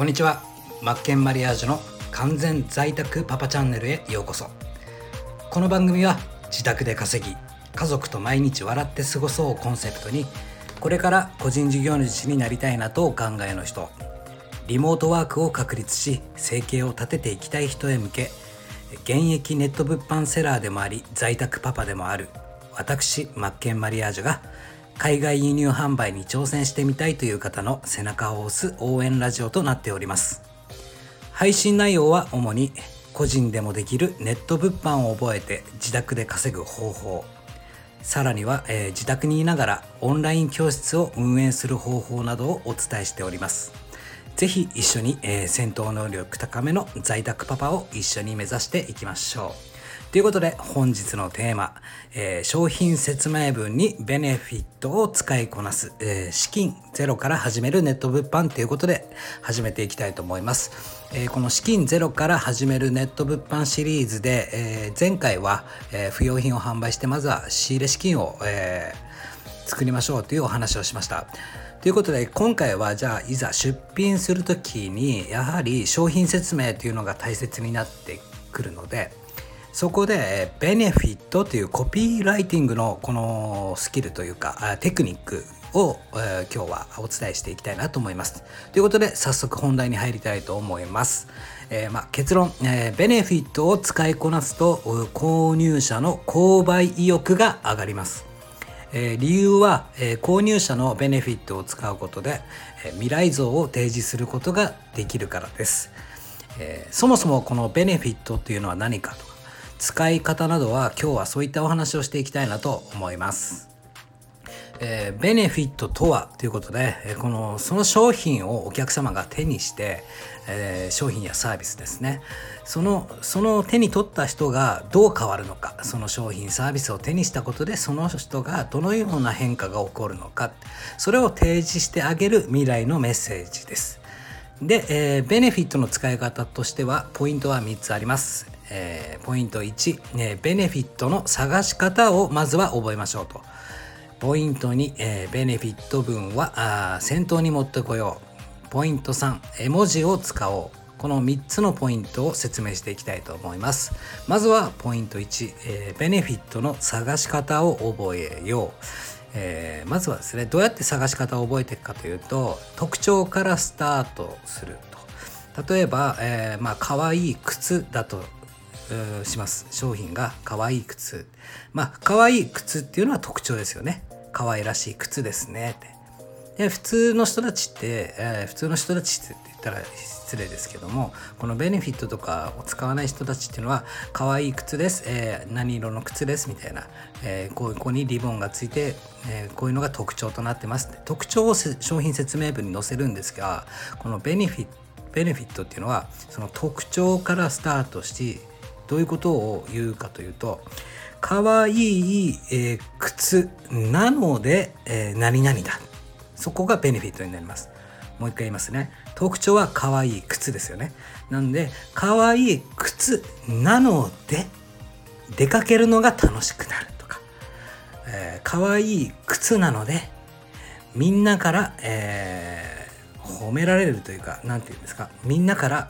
こんにちは。マッケンマリアージュの完全在宅パパチャンネルへようこそ。この番組は自宅で稼ぎ、家族と毎日笑って過ごそうをコンセプトに、これから個人事業主になりたいなとお考えの人、リモートワークを確立し生計を立てていきたい人へ向け、現役ネット物販セラーでもあり在宅パパでもある私マッケンマリアージュが、海外輸入販売に挑戦してみたいという方の背中を押す応援ラジオとなっております。配信内容は主に個人でもできるネット物販を覚えて自宅で稼ぐ方法、さらには、自宅にいながらオンライン教室を運営する方法などをお伝えしております。ぜひ一緒に、戦闘能力高めの在宅パパを一緒に目指していきましょう。ということで本日のテーマ、商品説明文にベネフィットを使いこなす、資金ゼロから始めるネット物販ということで始めていきたいと思います。この資金ゼロから始めるネット物販シリーズで、前回は、不要品を販売してまずは仕入れ資金を、作りましょうというお話をしました。ということで今回はじゃあいざ出品するときにやはり商品説明というのが大切になってくるので、そこでベネフィットというコピーライティングのこのスキルというかテクニックを今日はお伝えしていきたいなと思います。ということで早速本題に入りたいと思います。結論、ベネフィットを使いこなすと購入者の購買意欲が上がります。理由は、購入者のベネフィットを使うことで、未来像を提示することができるからです。そもそもこのベネフィットっていうのは何かとか使い方などは今日はそういったお話をしていきたいなと思います。ベネフィットとはということで、その商品をお客様が手にして、商品やサービスですね、その手に取った人がどう変わるのか、その商品サービスを手にしたことでその人がどのような変化が起こるのか、それを提示してあげる未来のメッセージです。で、ベネフィットの使い方としてはポイントは3つあります。ポイント1、ベネフィットの探し方をまずは覚えましょうと。ポイント2、ベネフィット文は先頭に持ってこよう。ポイント3、絵文字を使おう。この3つのポイントを説明していきたいと思います。まずはポイント1、ベネフィットの探し方を覚えよう。まずはですね、どうやって探し方を覚えていくかというと、特徴からスタートすると。例えば、可愛い靴だとします。商品が可愛い靴、可愛い靴っていうのは特徴ですよね。可愛らしい靴ですねって。で普通の人たちって言ったら失礼ですけども、このベネフィットとかを使わない人たちっていうのは可愛い靴です、何色の靴ですみたいな、ここにリボンがついて、こういうのが特徴となってますって特徴を商品説明文に載せるんですが、このベネフィットっていうのはその特徴からスタートし、どういうことを言うかというと、可愛い、靴なので、何々だ。そこがベネフィットになります。もう一回言いますね。特徴は可愛い靴ですよね。なんで可愛い靴なので出かけるのが楽しくなるとか、可愛い靴なのでみんなから、褒められるというか、なんていうんですか、みんなから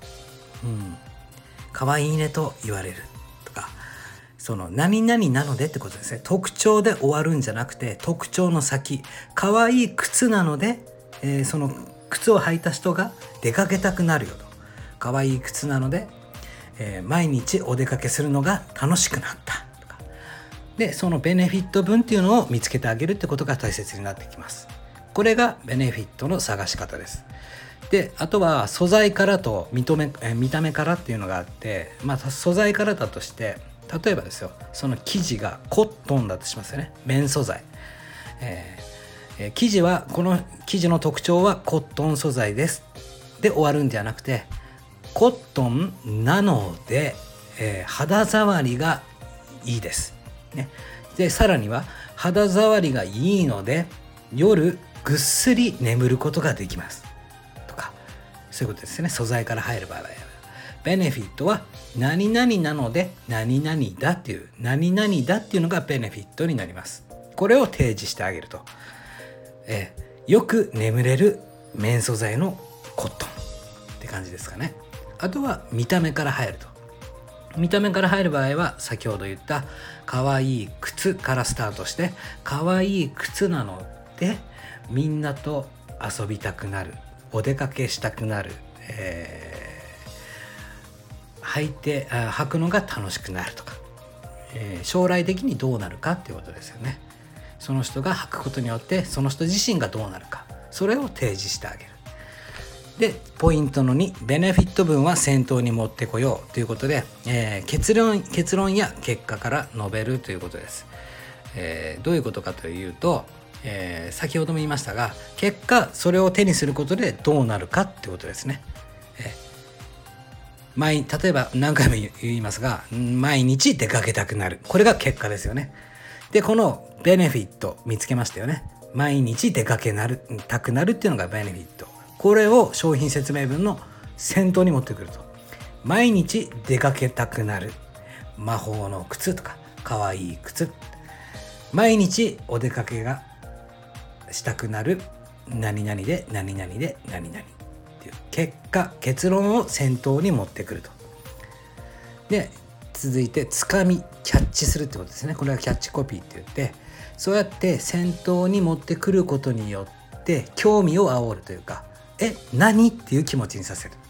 可愛いねと言われるとか、その何々なのでってことですね。特徴で終わるんじゃなくて、特徴の先、可愛い靴なので、その靴を履いた人が出かけたくなるよと。可愛い靴なので、毎日お出かけするのが楽しくなったとか。で、そのベネフィット分っていうのを見つけてあげるってことが大切になってきます。これがベネフィットの探し方です。で、あとは素材からと見た目からっていうのがあって、素材からだとして、例えばですよ、その生地がコットンだとしますよね。綿素材、生地はこの生地の特徴はコットン素材ですで終わるんじゃなくて、コットンなので、肌触りがいいです、ね。でさらには肌触りがいいので夜ぐっすり眠ることができますとか、そういうことですね。素材から入る場合はベネフィットは何々なので何々だっていうのがベネフィットになります。これを提示してあげると、よく眠れる綿素材のコットン感じですかね。あとは見た目から入ると。見た目から入る場合は先ほど言った可愛い靴からスタートして、可愛い靴なのでみんなと遊びたくなる、お出かけしたくなる、履くのが楽しくなるとか、将来的にどうなるかっていうことですよね。その人が履くことによってその人自身がどうなるか、それを提示してあげる。でポイントの2、ベネフィット分は先頭に持ってこようということで、結論や結果から述べるということです。どういうことかというと、先ほども言いましたが、結果それを手にすることでどうなるかっていうことですね。例えば何回も言いますが、毎日出かけたくなる、これが結果ですよね。でこのベネフィット見つけましたよね。毎日出かけたくなるっていうのがベネフィット。これを商品説明文の先頭に持ってくると、毎日出かけたくなる魔法の靴とかかわいい靴、毎日お出かけがしたくなる何々で何々で何々っていう結論を先頭に持ってくると。で続いてつかみキャッチするってことですね。これはキャッチコピーって言って、そうやって先頭に持ってくることによって興味を煽るというか、何っていう気持ちにさせる。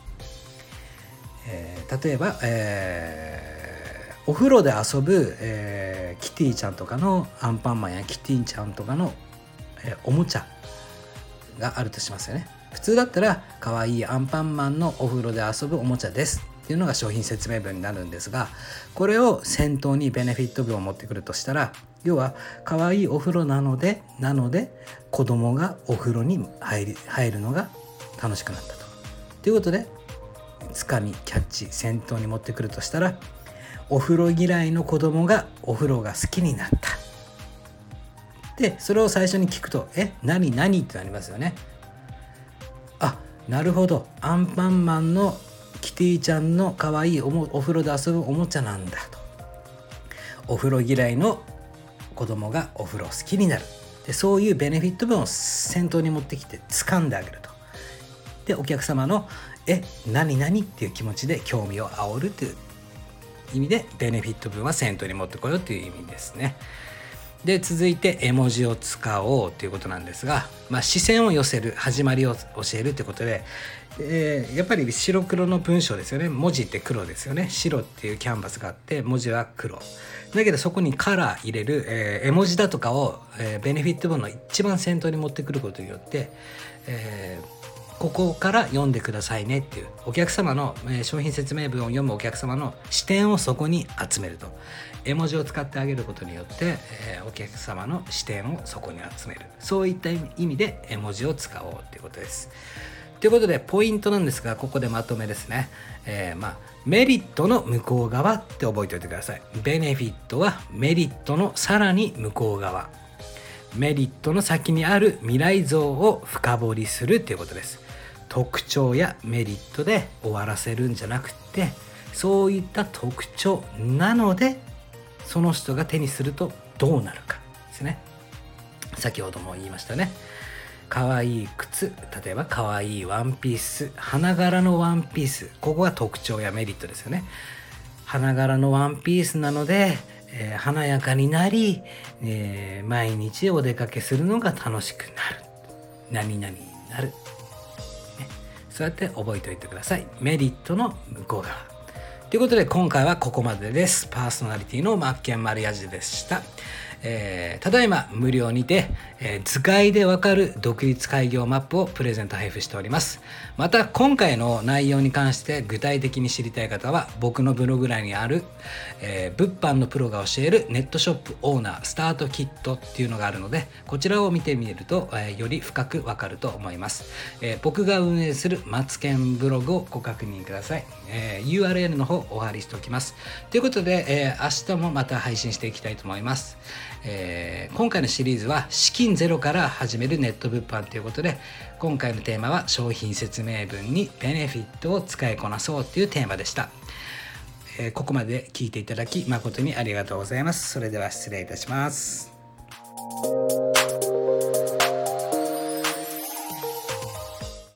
例えば、お風呂で遊ぶ、キティちゃんとかのアンパンマンやキティちゃんとかの、おもちゃがあるとしますよね。普通だったら可愛いアンパンマンのお風呂で遊ぶおもちゃですっていうのが商品説明文になるんですが、これを先頭にベネフィット文を持ってくるとしたら、要は可愛いお風呂なので子供がお風呂に入るのが楽しくなったということで、つかみキャッチ先頭に持ってくるとしたら、お風呂嫌いの子供がお風呂が好きになった。でそれを最初に聞くと何ってなりますよね。なるほど、アンパンマンのキティちゃんの可愛いお風呂で遊ぶおもちゃなんだと。お風呂嫌いの子供がお風呂好きになる。でそういうベネフィット分を先頭に持ってきて掴んであげると。でお客様の何っていう気持ちで興味を煽るという意味で、ベネフィット分は先頭に持ってこようという意味ですね。で続いて絵文字を使おうということなんですが、視線を寄せる、始まりを教えるということで、やっぱり白黒の文章ですよね。文字って黒ですよね。白っていうキャンバスがあって文字は黒だけど、そこにカラー入れる、絵文字だとかを、ベネフィット文の一番先頭に持ってくることによって、ここから読んでくださいねっていうお客様の、商品説明文を読むお客様の視点をそこに集めると。絵文字を使ってあげることによって、お客様の視点をそこに集める、そういった意味で絵文字を使おうということです。ということでポイントなんですが、ここでまとめですね。メリットの向こう側って覚えておいてください。ベネフィットはメリットのさらに向こう側、メリットの先にある未来像を深掘りするということです。特徴やメリットで終わらせるんじゃなくて、そういった特徴なのでその人が手にするとどうなるかですね。先ほども言いましたね。可愛い靴、例えば可愛いワンピース、花柄のワンピース、ここが特徴やメリットですよね。花柄のワンピースなので、華やかになり、毎日お出かけするのが楽しくなる、何々になる、そうやって覚えておいてください。メリットの向こう側ということで、今回はここまでです。パーソナリティのマッケンマリアージュでした。ただいま無料にて、図解でわかる独立開業マップをプレゼント配布しております。また今回の内容に関して具体的に知りたい方は、僕のブログ欄にある、物販のプロが教えるネットショップオーナースタートキットっていうのがあるので、こちらを見てみると、より深くわかると思います。僕が運営するマツケンブログをご確認ください。URL の方お貼りしておきます。ということで、明日もまた配信していきたいと思います。今回のシリーズは資金ゼロから始めるネット物販ということで、今回のテーマは商品説明文にベネフィットを使いこなそうというテーマでした。ここまで聞いていただき誠にありがとうございます。それでは失礼いたします。